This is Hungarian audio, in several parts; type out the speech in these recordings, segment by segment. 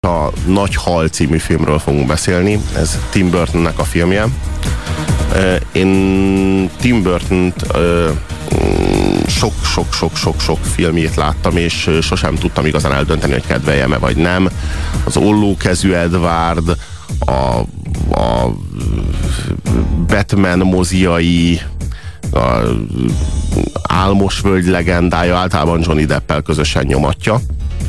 A Nagy Hal című filmről fogunk beszélni. Ez Tim Burtonnek a filmje. Én Tim Burtont sok filmjét láttam, és sosem tudtam igazán eldönteni, hogy kedveljem-e vagy nem. Az Ollókezű Edward, a Batman moziai, a Álmos völgy legendája általában Johnny Deppel közösen nyomatja,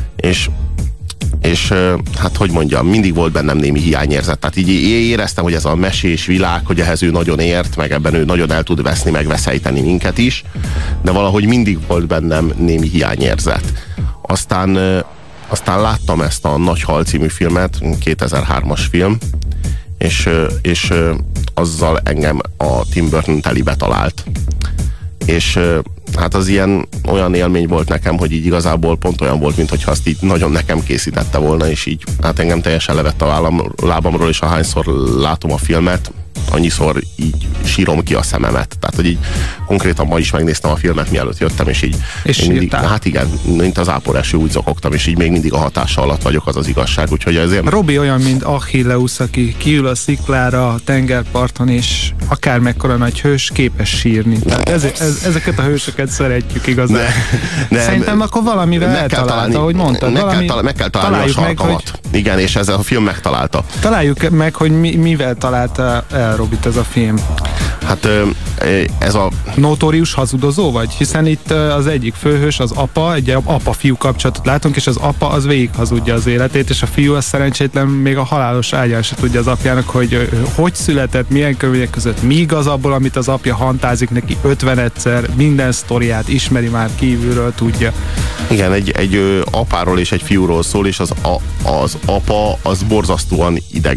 és hát hogy mondjam, mindig volt bennem némi hiányérzet. Tehát így éreztem, hogy ez a mesés világ, hogy ehhez ő nagyon ért, meg ebben ő nagyon el tud veszni, meg veszejteni minket is, de valahogy mindig volt bennem némi hiányérzet. Aztán láttam ezt a Nagy Hal című filmet, 2003-as film, és azzal engem a Tim Burton telibe talált. És hát az olyan élmény volt nekem, hogy így igazából pont olyan volt, mintha azt így nagyon nekem készítette volna, és így hát engem teljesen levett a lábamról, és ahányszor látom a filmet, annyiszor így sírom ki a szememet. Tehát, hogy így konkrétan ma is megnéztem a filmet, mielőtt jöttem, és így... És mindig, hát igen, mint az áporeső, úgy zokogtam, és így még mindig a hatása alatt vagyok, az az igazság, úgyhogy ezért... Robi olyan, mint Achilleus, aki kiül a sziklára a tengerparton, és akár mekkora nagy hős képes sírni. Tehát ezeket a hősöket szeretjük igazán. Szerintem akkor valamivel eltalálta, ahogy mondtad. Meg kell találni a sarkamat. Igen, és ez a film megtalálta. Találjuk meg, hogy mivel találta el Robit ez a film. Hát ez a... Notórius hazudozó vagy? Hiszen itt az egyik főhős, az apa, egy apa-fiú kapcsolatot látunk, és az apa az végig hazudja az életét, és a fiú az szerencsétlen még a halálos ágyán se tudja az apjának, hogy született, milyen körülmények között, mi igaz abból, amit az apja hantázik neki 50-szer, minden sztoriát ismeri már kívülről, tudja. Igen, egy apáról és egy fiúról szól, és az apa az borzasztóan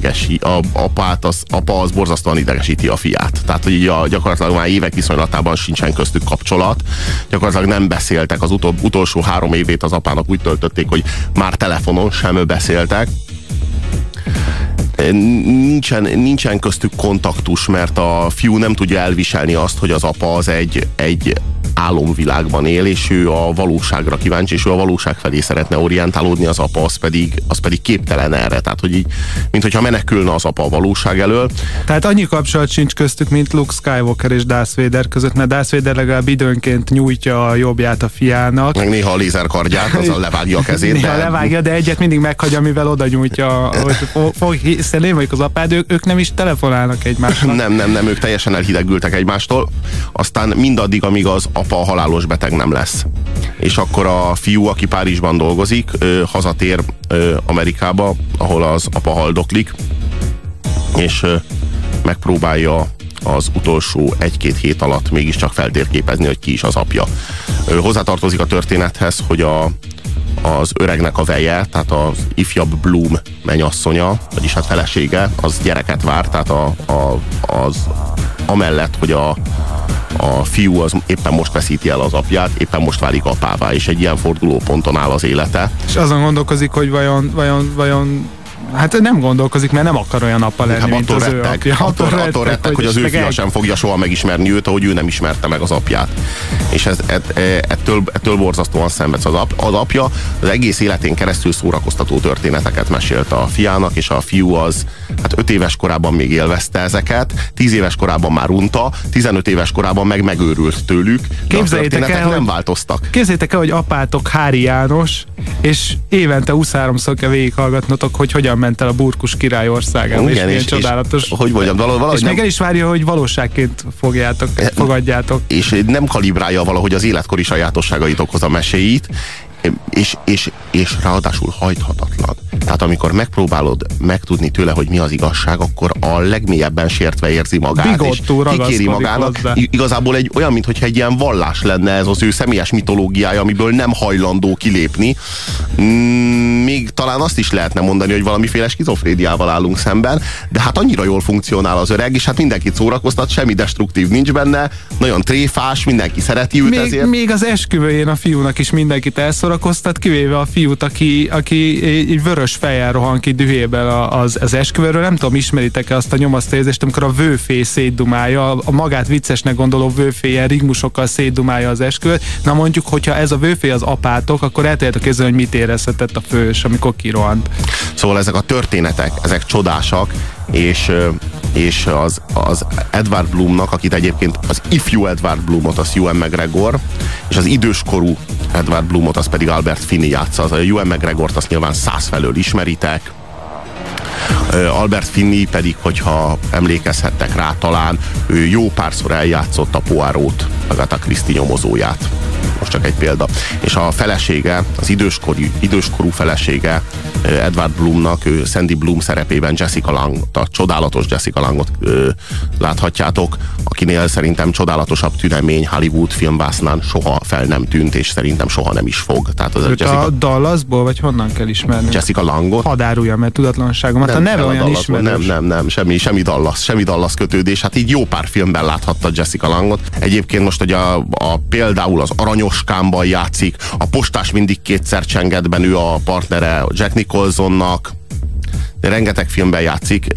apa az borzasztóan idegesíti a fiát. Tehát, hogy így gyakorlatilag már évek viszonylatában sincsen köztük kapcsolat. Gyakorlatilag nem beszéltek. Az utolsó 3 évét az apának úgy töltötték, hogy már telefonon sem beszéltek. Nincsen köztük kontaktus, mert a fiú nem tudja elviselni azt, hogy az apa az egy álomvilágban él, és ő a valóságra kíváncsi, és ő a valóság felé szeretne orientálódni, az apa az pedig képtelen erre. Tehát, hogy így, minthogyha menekülne az apa a valóság elől. Tehát annyi kapcsolat sincs köztük, mint Luke Skywalker és Darth Vader között, mert Darth Vader legalább időnként nyújtja a jobbját a fiának. Meg néha a lézerkardját, azzal levágja a kezét. Néha levágja, de egyet mindig meghagyja, mivel oda nyújtja, hogy hiszen én vagyok az apád, ők nem is telefonálnak egymásnak. Nem, ők teljesen elhidegültek egymástól. Aztán mindaddig, amíg az apa halálos beteg nem lesz. És akkor a fiú, aki Párizsban dolgozik, hazatér Amerikába, ahol az apa haldoklik, és megpróbálja az utolsó 1-2 hét alatt mégiscsak feltérképezni, hogy ki is az apja. Hozzátartozik a történethez, hogy az öregnek a veje, tehát az ifjabb Bloom mennyasszonya, vagyis hát felesége, az gyereket vár, tehát az amellett, hogy a fiú az éppen most veszíti el az apját, éppen most válik apává, és egy ilyen fordulóponton áll az élete. És azon gondolkozik, hogy vajon hát nem gondolkozik, mert nem akar olyan apa lenni, mint az ő apja. Attól retteg, hogy az ő fia sem fogja soha megismerni őt, ahogy ő nem ismerte meg az apját. És ettől borzasztóan szenvedsz. Az apja az egész életén keresztül szórakoztató történeteket mesélte a fiának, és a fiú az 5 éves korában még élvezte ezeket, 10 éves korában már unta, 15 éves korában meg megőrült tőlük, de a történetek nem változtak. Képzeljétek el, hogy apátok Hári János, és évente 23-szor kell végighallgatnotok, hogy hogyan ment el a Burkus király országában, és milyen csodálatos. Hogy mondjam, valahogy és még el is várja, hogy valóságként fogadjátok. És nem kalibrálja valahogy az életkori sajátosságaitokhoz a meséit, és ráadásul hajthatatlan. Tehát amikor megpróbálod megtudni tőle, hogy mi az igazság, akkor a legmélyebben sértve érzi magát, Bigottú és kikéri magának. Hozzá. Igazából olyan, mintha egy ilyen vallás lenne ez az ő személyes mitológiája, amiből nem hajlandó kilépni. Még talán azt is lehetne mondani, hogy valamiféle skizofréniával állunk szemben, de hát annyira jól funkcionál az öreg, és hát mindenkit szórakoztat, semmi destruktív nincs benne, nagyon tréfás, mindenki szereti őt ezért. Még az esküvőjén a fiúnak is mindenkit elszórakoztat, kivéve a fiút, aki egy vörös fejjel rohan ki dühében az esküvőről. Nem tudom, ismeritek-e azt a nyomasztóérzést, amikor a vőfély szétdumálja, a magát viccesnek gondoló vőfély ilyen rigmusokkal szétdumálja az esküvőt. Na mondjuk, hogyha ez a vőfély az apátok, akkor el tudjátok képzelni, hogy mit érezhetett a fős, amikor kirohant. Szóval ezek a történetek, ezek csodásak, és az Edward Bloomnak, akit egyébként az ifjú Edward Bloomot az Ewan McGregor, és az időskorú Edward Bloomot az pedig Albert Finney játsza. Az a Ewan McGregort azt nyilván 100 felől ismeritek. Albert Finney pedig, hogyha emlékezhettek rá, talán ő jó párszor eljátszott a Poirot, Agatha Christie nyomozóját. Most csak egy példa. És a felesége, az időskorú felesége Edward Bloomnak, ő Sandy Bloom szerepében Jessica Lange, a csodálatos Jessica Lange-ot láthatjátok, akinél szerintem csodálatosabb tünemény Hollywood filmbásznán soha fel nem tűnt, és szerintem soha nem is fog. Tehát az Jessica... a Dallasból, vagy honnan kell ismerni? Jessica Lange-ot? Hadd árulja, mert tudatlanságomat. A neve olyan ismerős. Nem, semmi Dallas kötődés. Hát így jó pár filmben láthatta Jessica Lange-ot. Egyébként most, hogy például az Aranyoskámban játszik, a Postás mindig kétszer csengetben ő a partnere Jack Nicholsonnak, rengeteg filmben játszik,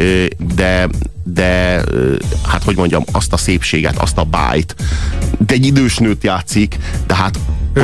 de hát hogy mondjam, azt a szépséget, azt a bájt, de egy idős nőt játszik, de hát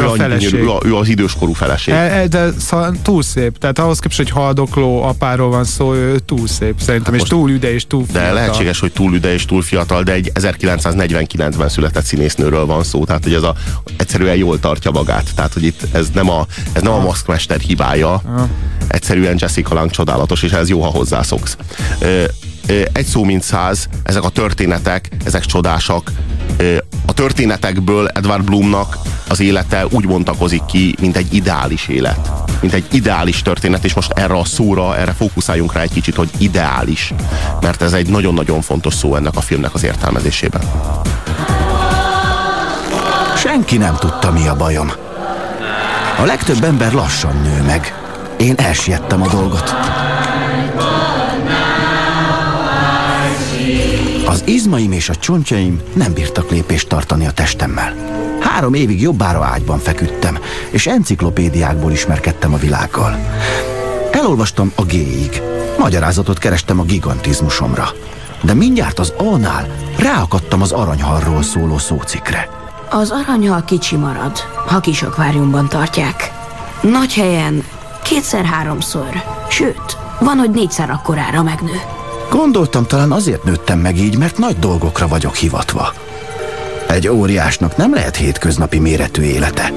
ő az időskorú feleség. De szóval túl szép. Tehát ahhoz képest, hogy haldokló apáról van szó, ő túl szép szerintem, hát és túl üde és túl fiatal. De lehetséges, hogy túl üde és túl fiatal, de egy 1949-ben született színésznőről van szó, tehát hogy ez egyszerűen jól tartja magát. Tehát, hogy itt ez nem a maszkmester hibája. Egyszerűen Jessica Lange csodálatos, és ez jó, ha hozzászoksz. Egy szó mint 100, ezek a történetek, ezek csodásak. A történetekből Edward Bloomnak az élete úgy bontakozik ki, mint egy ideális élet. Mint egy ideális történet, és most erre a szóra, erre fókuszáljunk rá egy kicsit, hogy ideális. Mert ez egy nagyon-nagyon fontos szó ennek a filmnek az értelmezésében. Senki nem tudta, mi a bajom. A legtöbb ember lassan nő meg. Én elsiettem a dolgot. Az izmaim és a csontjaim nem bírtak lépést tartani a testemmel. 3 évig jobbára ágyban feküdtem, és enciklopédiákból ismerkedtem a világgal. Elolvastam a G-ig. Magyarázatot kerestem a gigantizmusomra. De mindjárt az A-nál ráakadtam az aranyhalról szóló szócikkre. Az aranyhal kicsi marad, ha kis akváriumban tartják. Nagy helyen 2-3-szor, sőt, van, hogy 4-szer akkorára megnő. Gondoltam, talán azért nőttem meg így, mert nagy dolgokra vagyok hivatva. Egy óriásnak nem lehet hétköznapi méretű élete.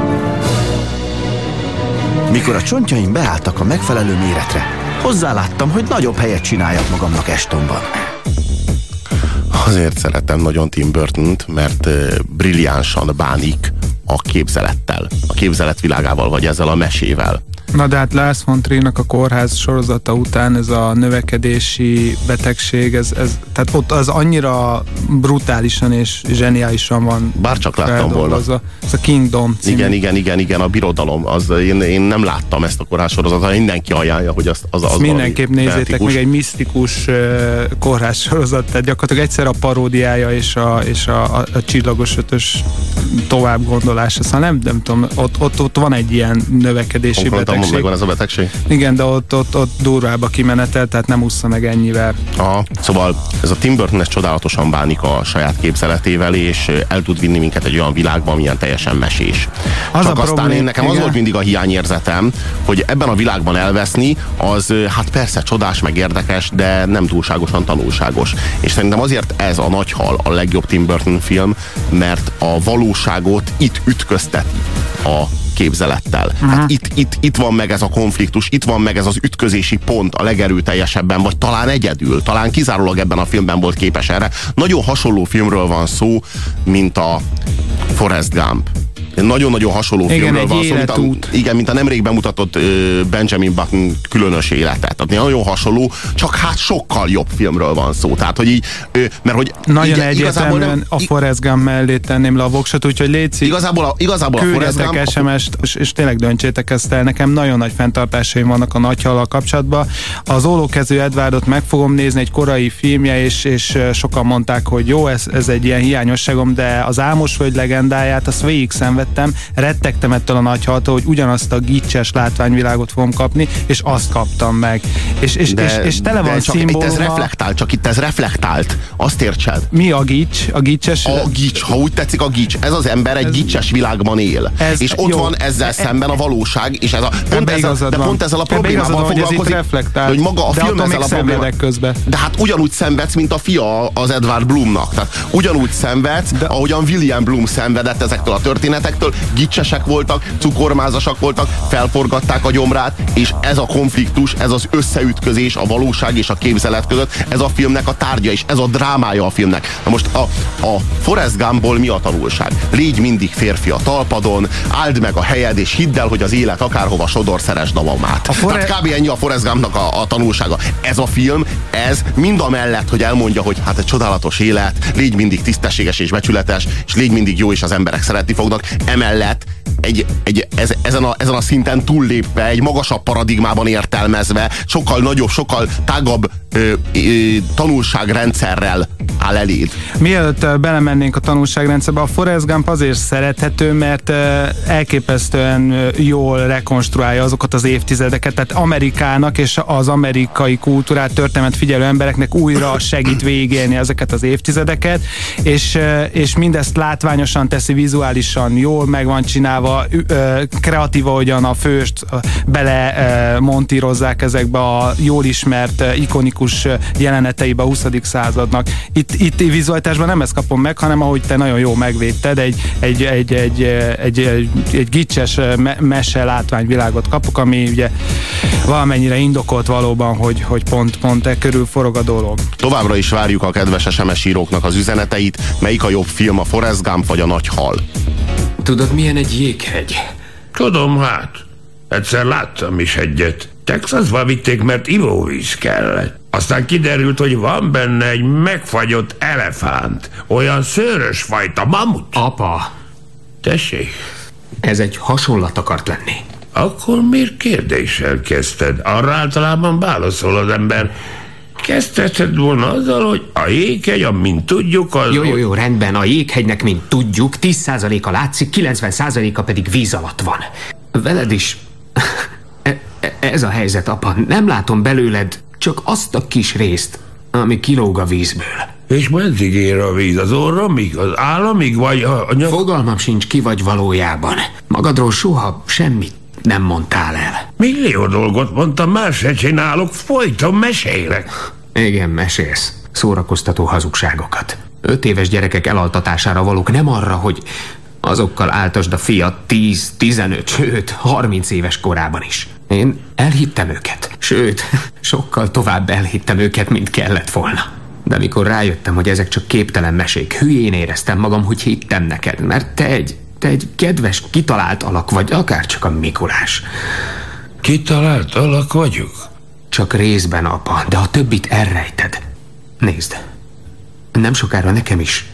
Mikor a csontjaim beálltak a megfelelő méretre, hozzáláttam, hogy nagyobb helyet csináljak magamnak Estonban. Azért szeretem nagyon Tim Burtont, mert brilliánsan bánik a képzelettel, a képzelet világával, vagy ezzel a mesével. Na de hát Lars von Trier-nak a Kórház sorozata után ez a növekedési betegség, tehát ott az annyira brutálisan és zseniálisan van. Bárcsak láttam volna. Ez a Kingdom című. Igen, a birodalom. Én nem láttam ezt a Kórház sorozatot, mindenki ajánlja, hogy az mindenképp nézzétek, meg egy misztikus kórház sorozat, tehát gyakorlatilag egyszer a paródiája és a Csillagos Ötös tovább gondolása. Szóval nem tudom, ott van egy ilyen növekedési betegség. Megvan ez a betegség? Igen, de ott durvább a kimenetel, tehát nem ússza meg ennyivel. Szóval ez a Tim Burton csodálatosan bánik a saját képzeletével, és el tud vinni minket egy olyan világba, amilyen teljesen mesés. Csak aztán nekem az volt mindig a hiányérzetem, hogy ebben a világban elveszni, az hát persze csodás, meg érdekes, de nem túlságosan tanulságos. És szerintem azért ez a Nagy hal a legjobb Tim Burton film, mert a valóságot itt ütközteti a képzelettel. Hát itt van meg ez a konfliktus, itt van meg ez az ütközési pont a legerőteljesebben, vagy talán egyedül, talán kizárólag ebben a filmben volt képes erre. Nagyon hasonló filmről van szó, mint a Forrest Gump. Nagyon-nagyon hasonló filmről van szó, mint a nemrég bemutatott Benjamin Button különös élete. Tehát nagyon hasonló, csak hát sokkal jobb filmről van szó. Tehát, hogy így, mert hogy nagyon egyértelműen a Forrest Gump mellé tenném le a voksot, úgyhogy létszik, igazából a Forrest Gump... SMS-t, és tényleg döntsétek ezt el. Nekem nagyon nagy fenntartásaim vannak a Nagy hallal kapcsolatban. Az Ólókezű Edwardot meg fogom nézni, egy korai filmje, és sokan mondták, hogy jó, ez egy ilyen hiányosságom, de az Álmosvölgy legendáját, azt végig szenvedtem, vettem, rettegtem ettől a nagyhaltól, hogy ugyanazt a gicses látványvilágot fogom kapni, és azt kaptam meg. És tele van szimbóluma. Csak itt ez reflektált. Azt értsed? Mi a gics? A gicses? A gics, ha úgy tetszik a gics. Ez az ember egy gicses világban él. És ott jó, van ezzel szemben a valóság, és pont ezzel a problémával foglalkozik, hogy maga a film ezzel a problémával. De hát ugyanúgy szenvedsz, mint a fia az Edward Bloomnak. Tehát ugyanúgy szenvedsz, ahogyan William Bloom szenvedett ezektől a történetektől. Gicsesek voltak, cukormázasak voltak, felforgatták a gyomrát, és ez a konfliktus, ez az összeütközés a valóság és a képzelet között, ez a filmnek a tárgya, és ez a drámája a filmnek. Na most a Forrest Gumpból mi a tanulság? Légy mindig férfi a talpadon, áld meg a helyed, és hidd el, hogy az élet akárhova sodor, szeresd a mamát. Tehát kb. Ennyi a Forrest Gumpnak a tanulsága. Ez a film, ez mind a mellett, hogy elmondja, hogy hát egy csodálatos élet, légy mindig tisztességes és becsületes, és légy mindig jó, és az emberek szeretni fognak. Emellett ezen a szinten túllépve, egy magasabb paradigmában értelmezve, sokkal nagyobb, sokkal tágabb tanulságrendszerrel áll eléd. Mielőtt belemennénk a tanulságrendszerbe, a Forrest Gump azért szerethető, mert elképesztően jól rekonstruálja azokat az évtizedeket, tehát Amerikának és az amerikai kultúrát, történelmet figyelő embereknek újra segít végigélni ezeket az évtizedeket, és mindezt látványosan teszi, vizuálisan jól meg van csinálva, kreatív, ahogyan a főst bele montírozzák ezekbe a jól ismert, ikonikus jeleneteibe a 20. századnak. Itt vizualitásban nem ezt kapom meg, hanem ahogy te nagyon jól megvédted, egy gicses mese látványvilágot kapok, ami ugye valamennyire indokolt valóban, hogy pont körül forog a dolog. Továbbra is várjuk a kedves SMS íróknak az üzeneteit. Melyik a jobb film, a Forrest Gump vagy a Nagy hal? Tudod, milyen egy jéghegy? Tudom, hát. Egyszer láttam is egyet. Texasba vitték, mert ivóvíz kellett. Aztán kiderült, hogy van benne egy megfagyott elefánt. Olyan szőrös fajta, mamut. Apa, Tessék? ez egy hasonlat akart lenni. Akkor miért kérdéssel kezdted? Arra általában válaszol az ember. Kezdheted volna azzal, hogy a jéghegy, amint tudjuk, az... Jó, rendben, a jéghegynek, mint tudjuk, 10%-a látszik, 90%-a pedig víz alatt van. Veled is... Ez a helyzet, apa. Nem látom belőled csak azt a kis részt, ami kilóg a vízből. És meddig ér a víz? Az orromig? Az államig? Vagy a Fogalmam sincs, ki vagy valójában. Magadról soha semmit nem mondtál el. Millió dolgot mondtam, más se csinálok, folyton mesélek. Igen, mesélsz. Szórakoztató hazugságokat. 5 éves gyerekek elaltatására valók, nem arra, hogy azokkal áltasd a fiat 10, 15, sőt 30 éves korában is. Én elhittem őket. Sőt, sokkal tovább elhittem őket, mint kellett volna. De amikor rájöttem, hogy ezek csak képtelen mesék, hülyén éreztem magam, hogy hittem neked, mert te egy kedves, kitalált alak vagy, akár csak a Mikulás. Kitalált alak vagyok? Csak részben, apa, de a többit elrejted. Nézd, nem sokára nekem is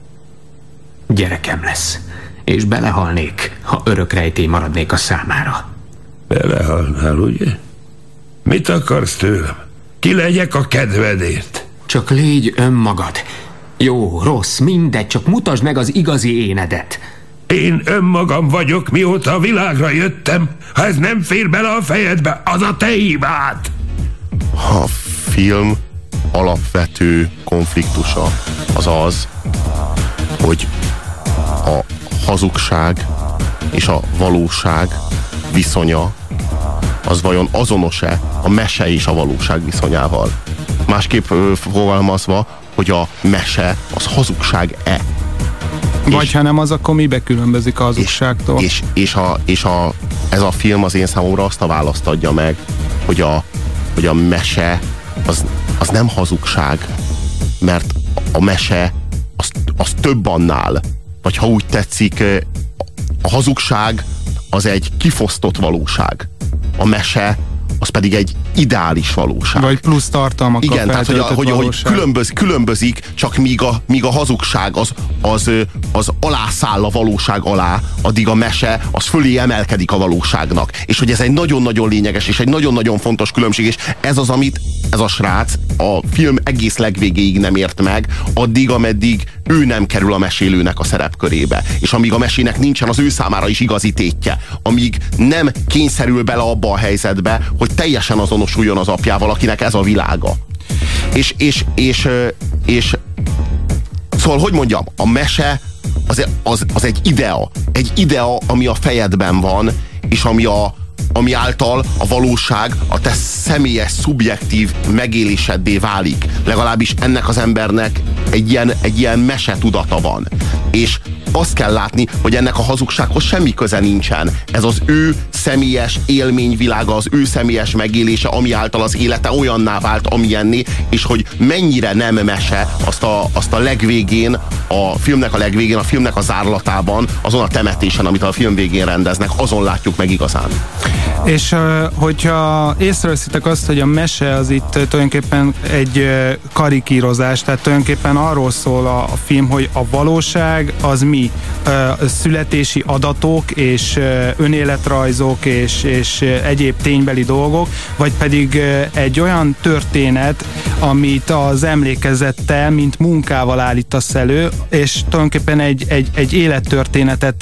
gyerekem lesz, és belehalnék, ha örök rejtély maradnék a számára. Belehalnál, ugye? Mit akarsz tőlem? Ki legyek a kedvedért? Csak légy önmagad. Jó, rossz, mindegy, csak mutasd meg az igazi énedet. Én önmagam vagyok, mióta a világra jöttem. Ha ez nem fér bele a fejedbe, az a te hibád. A film alapvető konfliktusa az, hogy a hazugság és a valóság viszonya az vajon azonos-e a mese és a valóság viszonyával. Másképp fogalmazva, hogy a mese az hazugság-e. Vagy ha nem az, akkor mibe különbözik a hazugságtól? Ez a film az én számomra azt a választ adja meg, hogy a mese az nem hazugság, mert a mese az több annál. Vagy ha úgy tetszik, a hazugság az egy kifosztott valóság. A mese az pedig egy ideális valóság. Vagy plusz tartalmakkal. Igen, tehát hogy különbözik, csak míg a hazugság az alászáll a valóság alá, addig a mese az fölé emelkedik a valóságnak. És hogy ez egy nagyon-nagyon lényeges és egy nagyon-nagyon fontos különbség, és ez az, amit ez a srác a film egész legvégéig nem ért meg, addig, ameddig ő nem kerül a mesélőnek a szerepkörébe. És amíg a mesének nincsen az ő számára is igazi tétje, amíg nem kényszerül bele abba a helyzetbe, hogy teljesen azonosuljon az apjával, akinek ez a világa. És szóval, hogy mondjam, a mese az egy idea, ami a fejedben van, és ami által a valóság a te személyes, szubjektív megéléseddé válik. Legalábbis ennek az embernek egy ilyen mese tudata van. És azt kell látni, hogy ennek a hazugsághoz semmi köze nincsen. Ez az ő személyes élményvilága, az ő személyes megélése, ami által az élete olyanná vált, amilyenné, és hogy mennyire nem mese, azt a legvégén, a filmnek a zárlatában, azon a temetésen, amit a film végén rendeznek, azon látjuk meg igazán. És hogyha észreveszitek azt, hogy a mese az itt tulajdonképpen egy karikírozás, tehát tulajdonképpen arról szól a film, hogy a valóság az mi? Születési adatok és önéletrajzok és egyéb ténybeli dolgok, vagy pedig egy olyan történet, amit az emlékezettel, mint munkával állítasz elő, és tulajdonképpen egy élettörténetet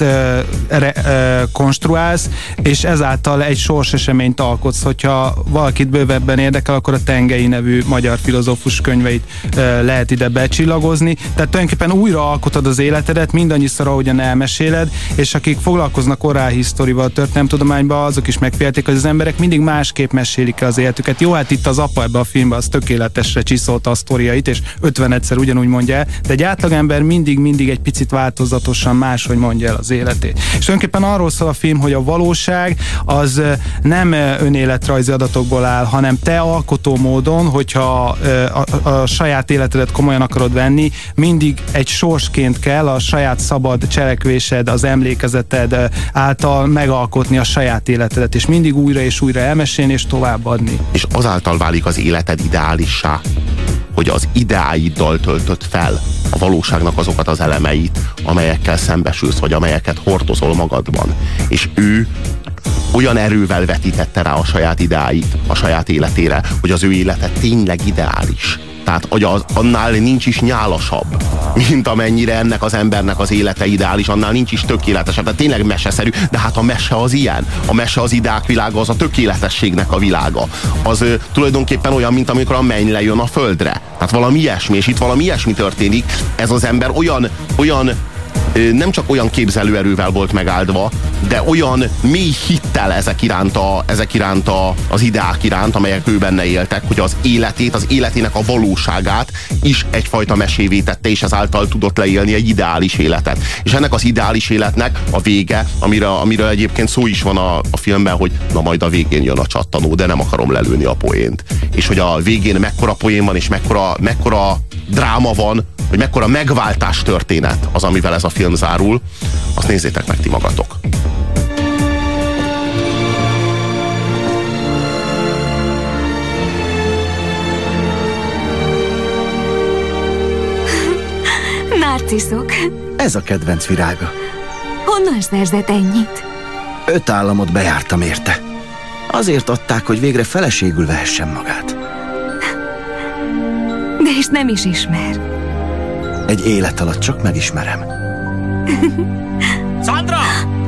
konstruálsz, és ezáltal egy sorseseményt alkotsz. Hogyha valakit bővebben érdekel, akkor a Tengei nevű magyar filozófus könyveit lehet ide becsillagozni. Tehát tulajdonképpen újra alkotod az életedet, mindannyiszor, ahogyan elmeséled, és akik foglalkoznak orálhisztorival, történelemtudományban, azok is megfigyelték, hogy az emberek mindig másképp mesélik el az életüket. Jó, hát itt az apa ebben a filmben az tökéletesre csiszolta a sztoriait, és 50-szer ugyanúgy mondja el, de egy átlagember mindig egy picit változatosan máshogy mondja el az életét. És tulajdonképpen arról szól a film, hogy a valóság az nem önéletrajzi adatokból áll, hanem te alkotó módon, hogyha a saját életedet komolyan akarod venni, mindig egy sorsként kell a saját szabad cselekvésed, az emlékezeted által megalkotni a saját életedet, és mindig újra és újra elmesélni és továbbadni. És azáltal válik az életed ideálissá, hogy az ideáiddal töltöd fel a valóságnak azokat az elemeit, amelyekkel szembesülsz, vagy amelyeket hordozol magadban. És ő olyan erővel vetítette rá a saját ideáit a saját életére, hogy az ő élete tényleg ideális. Tehát annál nincs is nyálasabb, mint amennyire ennek az embernek az élete ideális, annál nincs is tökéletesebb. Tehát tényleg meseszerű, de hát a mese az ilyen. A mese az ideák világa, az a tökéletességnek a világa. Az tulajdonképpen olyan, mint amikor a menny lejön a földre. Tehát valami ilyesmi, és itt valami ilyesmi történik. Ez az ember olyan nem csak olyan képzelőerővel volt megáldva, de olyan mély hittel ezek iránt az ideák iránt, amelyek ő benne éltek, hogy az életének a valóságát is egyfajta mesévé tette, és ezáltal tudott leélni egy ideális életet. És ennek az ideális életnek a vége, amiről egyébként szó is van a filmben, hogy na majd a végén jön a csattanó, de nem akarom lelőni a poént. És hogy a végén mekkora poén van, és mekkora dráma van, hogy mekkora megváltás történet az, amivel ez a film zárul, azt nézzétek meg ti magatok. Narciszok. Ez a kedvenc virága. Honnan szerzett ennyit? 5 államot bejártam érte. Azért adták, hogy végre feleségül vehessen magát. De és nem is ismer. Egy élet alatt csak megismerem. Sandra!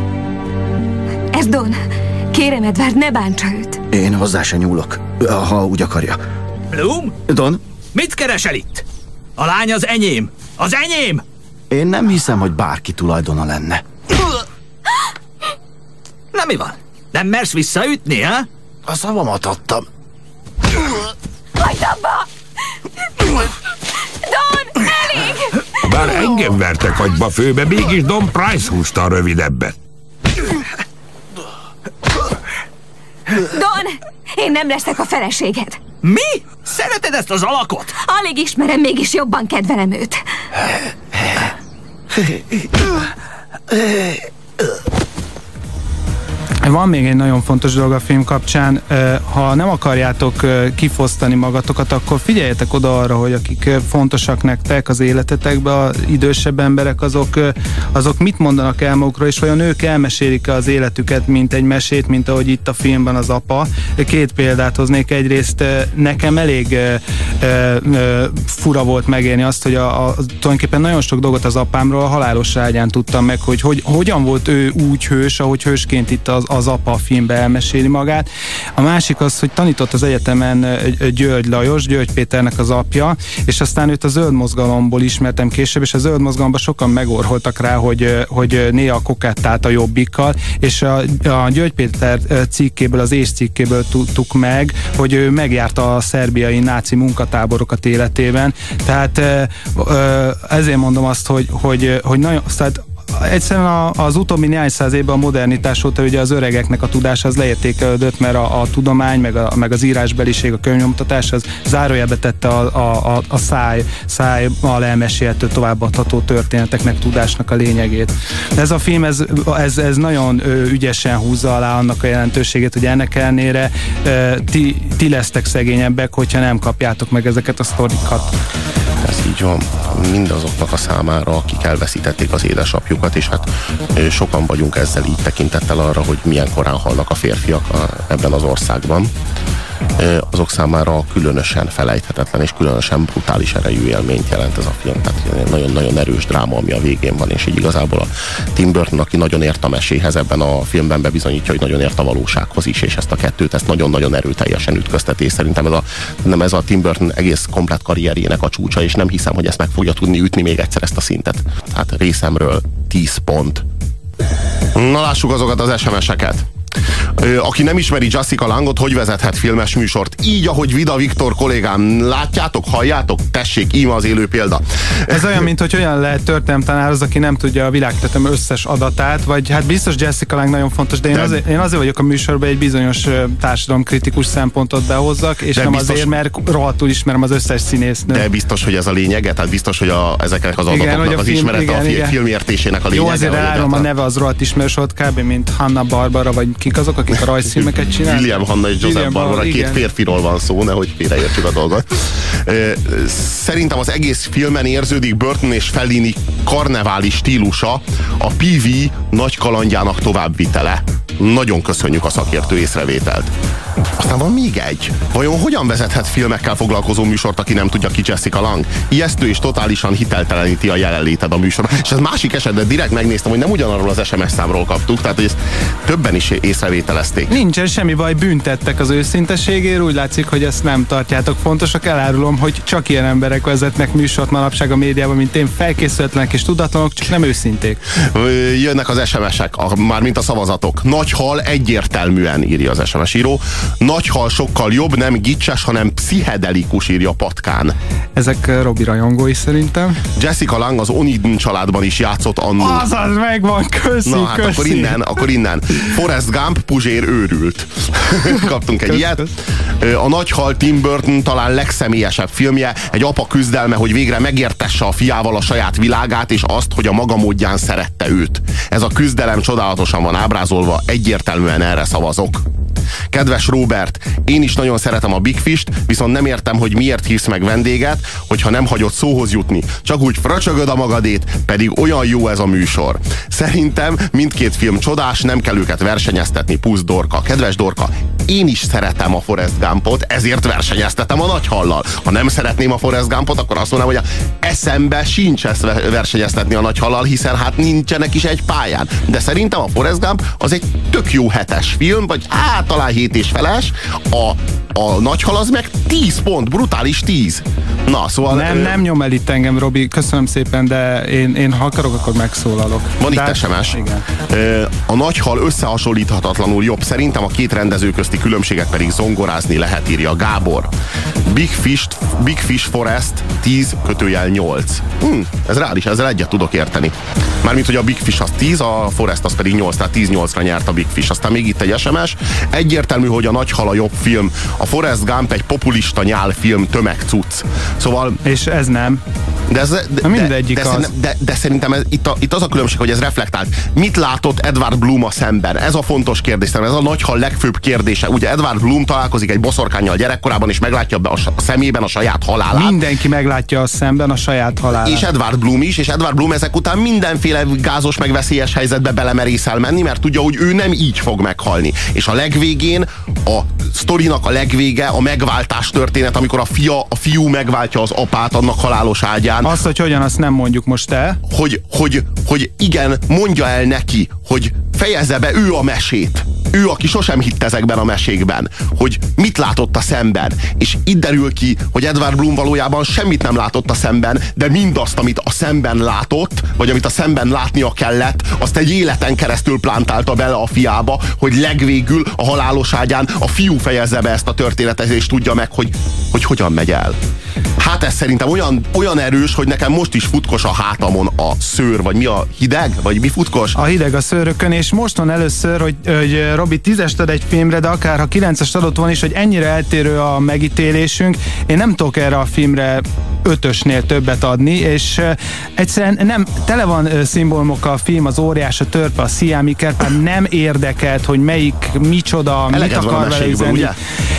Ez Don. Kérem, Edward, ne bántsa őt. Én hozzá se nyúlok, ha úgy akarja. Bloom? Don? Mit keresel itt? A lány az enyém! Az enyém! Én nem hiszem, hogy bárki tulajdona lenne. Na mi van? Nem mersz visszaütni, ha? A szavamat adtam. Hagyd abba! Don, elég! Bár engem vertek agyba főbe, mégis Don Price húzta a rövidebbet. Don, én nem leszek a feleséged. Mi? Szereted ezt az alakot? Alig ismerem, mégis jobban kedvelem őt. Van még egy nagyon fontos dolog a film kapcsán, ha nem akarjátok kifosztani magatokat, akkor figyeljetek oda arra, hogy akik fontosak nektek az életetekben, az idősebb emberek, azok mit mondanak el magukról, és vajon ők elmesélik az életüket, mint egy mesét, mint ahogy itt a filmben az apa. 2 példát hoznék. Egyrészt nekem elég fura volt megélni azt, hogy tulajdonképpen nagyon sok dolgot az apámról a halálos ágyán tudtam meg, hogy hogyan volt ő úgy hős, ahogy hősként itt az apa a filmben elmeséli magát. A másik az, hogy tanított az egyetemen György Lajos, György Péternek az apja, és aztán őt a Zöld Mozgalomból ismertem később, és a Zöld Mozgalomban sokan megorholtak rá, hogy néha kokettált a Jobbikkal, és a György Péter cikkéből, az És cikkéből tudtuk meg, hogy ő megjárta a szerbiai náci munkatáborokat életében. Tehát ezért mondom azt, hogy nagyon, tehát egyszerűen az utóbbi néhány száz évben a modernitás óta ugye az öregeknek a tudása az leértékelődött, mert a tudomány, meg az írásbeliség, a könyvnyomtatás az zárójelbe tette a szájmal elmesélhető, továbbadható történeteknek, tudásnak a lényegét. Ez a film, ez nagyon ügyesen húzza alá annak a jelentőségét, hogy ennek ellenére ti lesztek szegényebbek, hogyha nem kapjátok meg ezeket a sztorikat. Ez így van. Mindazoknak a számára, akik elveszítették az édesapjukat, és hát sokan vagyunk ezzel így tekintettel arra, hogy milyen korán halnak a férfiak ebben az országban. Azok számára különösen felejthetetlen és különösen brutális erejű élményt jelent ez a film. Tehát nagyon-nagyon erős dráma, ami a végén van, és így igazából a Tim Burton, aki nagyon ért a meséhez, ebben a filmben bebizonyítja, hogy nagyon ért a valósághoz is, és ezt a kettőt, ezt nagyon-nagyon erőteljesen ütközteti, és szerintem ez a Tim Burton egész komplett karrierjének a csúcsa, és nem hiszem, hogy ezt meg fogja tudni ütni még egyszer, ezt a szintet. Tehát részemről 10 pont. Na, lássuk azokat az SMS-eket. Aki nem ismeri Jessica Langot, hogy vezethet filmes műsort? Így, ahogy Vida Viktor kollégám. Látjátok, halljátok? Tessék, íme az élő példa. Ez olyan, mint hogy olyan lehet történelemtanár az, aki nem tudja a világtörténelem összes adatát, vagy hát biztos Jessica Lang nagyon fontos, de én azért vagyok a műsorban, egy bizonyos társadalomkritikus szempontot behozzak, és nem biztos, azért, mert rohadtul ismerem az összes színésznőt. De biztos, hogy ez a lényege? Tehát biztos, hogy ezeknek az adatoknak az ismerete a filmértésének a lényege? Jó, azért elárulom, a neve az rohadt ismerős volt kb. Mint Hanna Barbera, vagy kik azok, akik a rajzfilmeket csinálnak? William Hanna és Joseph Barbara, 2 férfiról van szó, nehogy félreértsük a dolgot. Szerintem az egész filmen érződik Burton és Fellini karneváli stílusa, a PV nagy kalandjának továbbvitele. Nagyon köszönjük a szakértő észrevételt. Aztán van még egy. Vajon hogyan vezethet filmekkel foglalkozó műsort, aki nem tudja ki Jessica Lang? Ijesztő és totálisan hitelteleníti a jelenléted a műsorban. És ez másik esetben direkt megnéztem, hogy nem ugyanarról az SMS számról kaptuk, tehát hogy ezt többen is észrevételezték. Nincsen semmi baj, büntettek az őszinteségért, úgy látszik, hogy ezt nem tartjátok fontosak. Elárulom, hogy csak ilyen emberek vezetnek műsort manapság a médiában, mint én, felkészületlenek és tudatlanok, csak nem őszinték. Jönnek az SMS-ek, mármint a szavazatok. Nagy hal egyértelműen, írja az SMS író. Nagy hal sokkal jobb, nem gicses, hanem pszichedelikus, írja Patkán. Ezek Robi rajongói szerintem. Jessica Lang az Onidin családban is játszott annó. Azaz megvan, köszi, na hát köszi. Akkor innen. Forrest Gump, Puzsér őrült. Kaptunk egy ilyet. A Nagy hal Tim Burton talán legszemélyesebb filmje, egy apa küzdelme, hogy végre megértesse a fiával a saját világát, és azt, hogy a maga módján szerette őt. Ez a küzdelem csodálatosan van ábrázolva, egyértelműen erre szavazok. Kedves Robert, én is nagyon szeretem a Big Fish-t, viszont nem értem, hogy miért hívsz meg vendéget, hogyha nem hagyod szóhoz jutni. Csak úgy fröcsögöd a magadét, pedig olyan jó ez a műsor. Szerintem mindkét film csodás, nem kell őket versenyeztetni, pusz Dorka. Kedves Dorka, én is szeretem a Forrest Gumpot, ezért versenyeztetem a Nagy hallal. Ha nem szeretném a Forrest Gumpot, akkor azt mondanám, hogy eszembe sincs ezt versenyeztetni a Nagy hallal, hiszen hát nincsenek is egy pályán. De szerintem a Forrest Gump az egy tök jó 7-es film, vagy talán 7 és feles, a Nagy hal az meg 10 pont, brutális 10. Na, szóval... Nem nyom el itt engem, Robi, köszönöm szépen, de én ha akarok, akkor megszólalok. Van itt SMS. Igen. A Nagy hal összehasonlíthatatlanul jobb, szerintem a két rendező közti különbséget pedig zongorázni lehet, írja Gábor. Big Fish Forest 10/8. Ez reális, ezzel egyet tudok érteni. Mármint, hogy a Big Fish az 10, a Forest az pedig 8, tehát 10-8-ra nyert a Big Fish. Aztán még itt egy SMS. Egyértelmű, hogy a Nagy hal a jobb film. A Forrest Gump egy populista nyálfilm, tömegcucc. Szóval... És ez nem. De szerintem itt az a különbség, hogy ez reflektált. Mit látott Edward Bloom a szemben? Ez a fontos kérdés, ez a nagyhal legfőbb kérdése. Ugye Edward Bloom találkozik egy boszorkánnyal gyerekkorában, és meglátja a szemében a saját halálát. Mindenki meglátja a szemben a saját halálát. És Edward Bloom is, és Edward Bloom ezek után mindenféle gázos, meg veszélyes helyzetbe belemerészel menni, mert tudja, hogy ő nem így fog meghalni. És a legvégén, a sztorinak a legvége, a megváltás történet, amikor a fiú megváltja az apát annak halálos ágyán. Azt, hogy hogyan, azt nem mondjuk most el. Hogy igen, mondja el neki, hogy fejezze be ő a mesét. Ő, aki sosem hitt ezekben a mesékben, hogy mit látott a szemben. És itt derül ki, hogy Edward Bloom valójában semmit nem látott a szemben, de mindazt, amit a szemben látott, vagy amit a szemben látnia kellett, azt egy életen keresztül plántálta bele a fiába, hogy legvégül a halálos ágyán a fiú fejezze be ezt a történetet, és tudja meg, hogy hogyan megy el. Hát ez szerintem olyan erős, hogy nekem most is futkos a hátamon a szőr, vagy mi a hideg? Vagy mi futkos? A hideg a szőrökön, és most van először, hogy Robi 10-est ad egy filmre, de akár ha 9-est adott volna is, hogy ennyire eltérő a megítélésünk. Én nem tudok erre a filmre 5-ösnél többet adni, és egyszerűen nem, tele van szimbólumokkal a film, az óriás, a törpe, a sziámiker, nem érdekelt, hogy melyik, micsoda, mit akar vele üzenni.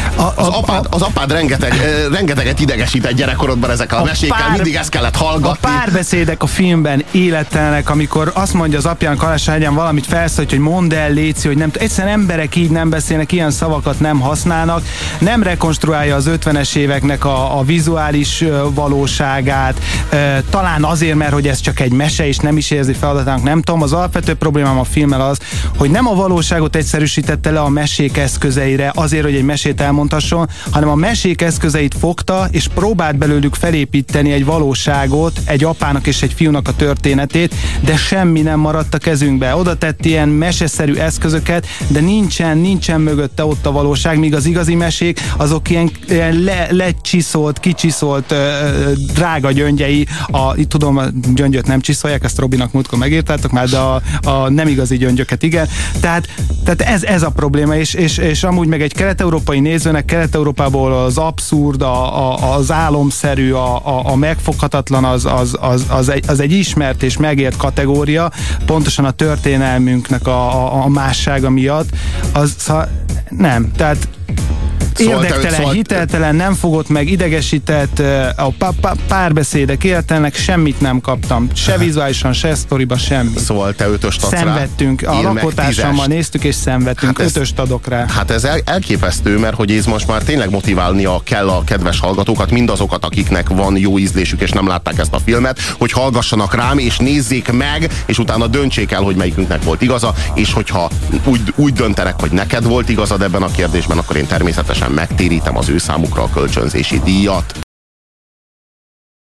Az apád rengeteget idegesített gyerekkorodban ezekkel a mesékkel, mindig ezt kellett hallgatni. A párbeszédek a filmben életlenek, amikor azt mondja az apjának haláságyán valamit felszólít, hogy mondd el, léci, hogy nem. Egyszerűen emberek így nem beszélnek, ilyen szavakat nem használnak, nem rekonstruálja az 50-es éveknek a vizuális valóságát, talán azért, mert hogy ez csak egy mese, és nem is érzi feladatának, nem tudom. Az alapvető problémám a filmmel az, hogy nem a valóságot egyszerűsítette le a mesék eszközeire azért, hogy egy mesét elmondhasson, hanem a mesék eszközeit fogta, és próbált belőlük felépíteni egy valóságot, egy apának és egy fiúnak a történetét, de semmi nem maradt a kezünkbe. Oda tett ilyen meseszerű eszközöket, de nincsen mögötte ott a valóság, míg az igazi mesék, azok ilyen lecsiszolt, kicsiszolt drága gyöngyei, tudom, a gyöngyöt nem csiszolják, ezt Robinak múltkor megírtátok már, de a nem igazi gyöngyöket igen. Tehát ez a probléma, és amúgy meg egy kelet-európai nézőnek, Kelet-Európából az abszurd, az álomszerű, a megfoghatatlan, az egy ismert és megért kategória, pontosan a történelmünknek a mássága miatt. Nem, tehát érdektelen, hiteltelen, nem fogott meg, idegesített, a párbeszédek értelnek, semmit nem kaptam. Se vizuálisan, se sztoriba, semmi. Szóval te 5-öst adsz rá? Szenvedtünk. A lakótársammal néztük, és szenvedtünk. 5-öst adok rá. Hát ez elképesztő, mert hogy ez most már tényleg motiválnia kell a kedves hallgatókat, mindazokat, akiknek van jó ízlésük, és nem látták ezt a filmet, hogy hallgassanak rám, és nézzék meg, és utána döntsék el, hogy melyikünknek volt igaza, és hogyha úgy döntenek, hogy neked volt igazad ebben a kérdésben, akkor én természetesen megtérítem az ő számukra a kölcsönzési díjat.